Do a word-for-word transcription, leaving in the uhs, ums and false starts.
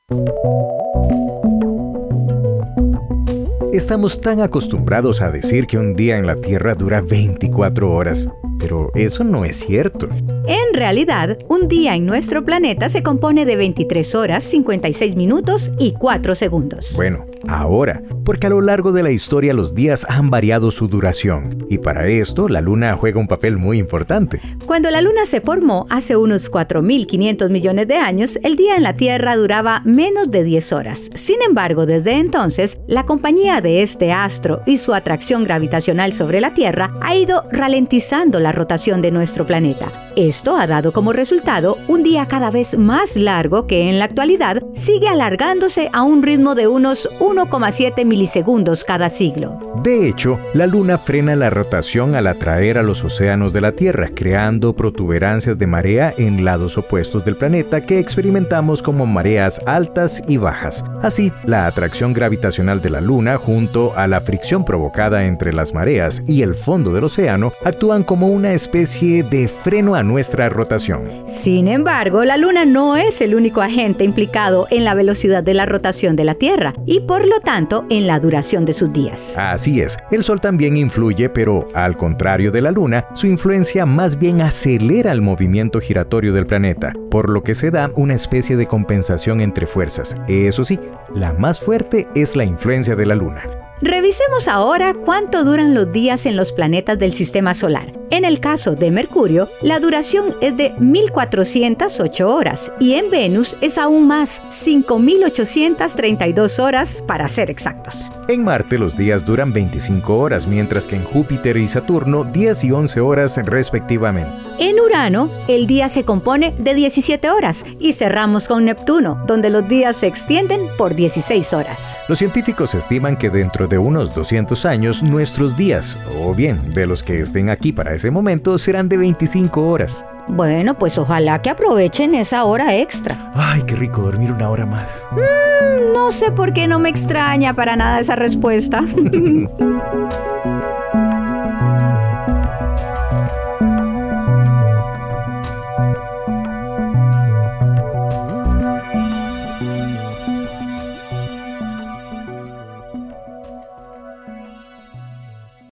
Estamos tan acostumbrados a decir que un día en la Tierra dura veinticuatro horas, pero eso no es cierto. En realidad, un día en nuestro planeta se compone de veintitrés horas, cincuenta y seis minutos y cuatro segundos. Bueno, ahora, porque a lo largo de la historia los días han variado su duración, y para esto la Luna juega un papel muy importante. Cuando la Luna se formó hace unos cuatro mil quinientos millones de años, el día en la Tierra duraba menos de diez horas. Sin embargo, desde entonces, la compañía de este astro y su atracción gravitacional sobre la Tierra ha ido ralentizando la rotación de nuestro planeta. Esto ha dado como resultado un día cada vez más largo que en la actualidad sigue alargándose a un ritmo de unos uno coma siete milisegundos cada siglo. De hecho, la Luna frena la rotación al atraer a los océanos de la Tierra, creando protuberancias de marea en lados opuestos del planeta que experimentamos como mareas altas y bajas. Así, la atracción gravitacional de la Luna junto a la fricción provocada entre las mareas y el fondo del océano actúan como una especie de freno a nuestra rotación. Sin embargo, la Luna no es el único agente implicado en la velocidad de la rotación de la Tierra y por lo tanto en la duración de sus días. Así es, el Sol también influye, pero al contrario de la Luna, su influencia más bien acelera el movimiento giratorio del planeta, por lo que se da una especie de compensación entre fuerzas. Eso sí, la más fuerte es la influencia de la Luna. Revisemos ahora cuánto duran los días en los planetas del Sistema Solar. En el caso de Mercurio, la duración es de mil cuatrocientas ocho horas y en Venus es aún más, cinco mil ochocientas treinta y dos horas para ser exactos. En Marte los días duran veinticinco horas, mientras que en Júpiter y Saturno diez y once horas respectivamente. En Urano, el día se compone de diecisiete horas y cerramos con Neptuno, donde los días se extienden por dieciséis horas. Los científicos estiman que dentro de unos doscientos años nuestros días, o bien de los que estén aquí para ese momento, serán de veinticinco horas. Bueno, pues ojalá que aprovechen esa hora extra. Ay, qué rico dormir una hora más. Mm, no sé por qué no me extraña para nada esa respuesta.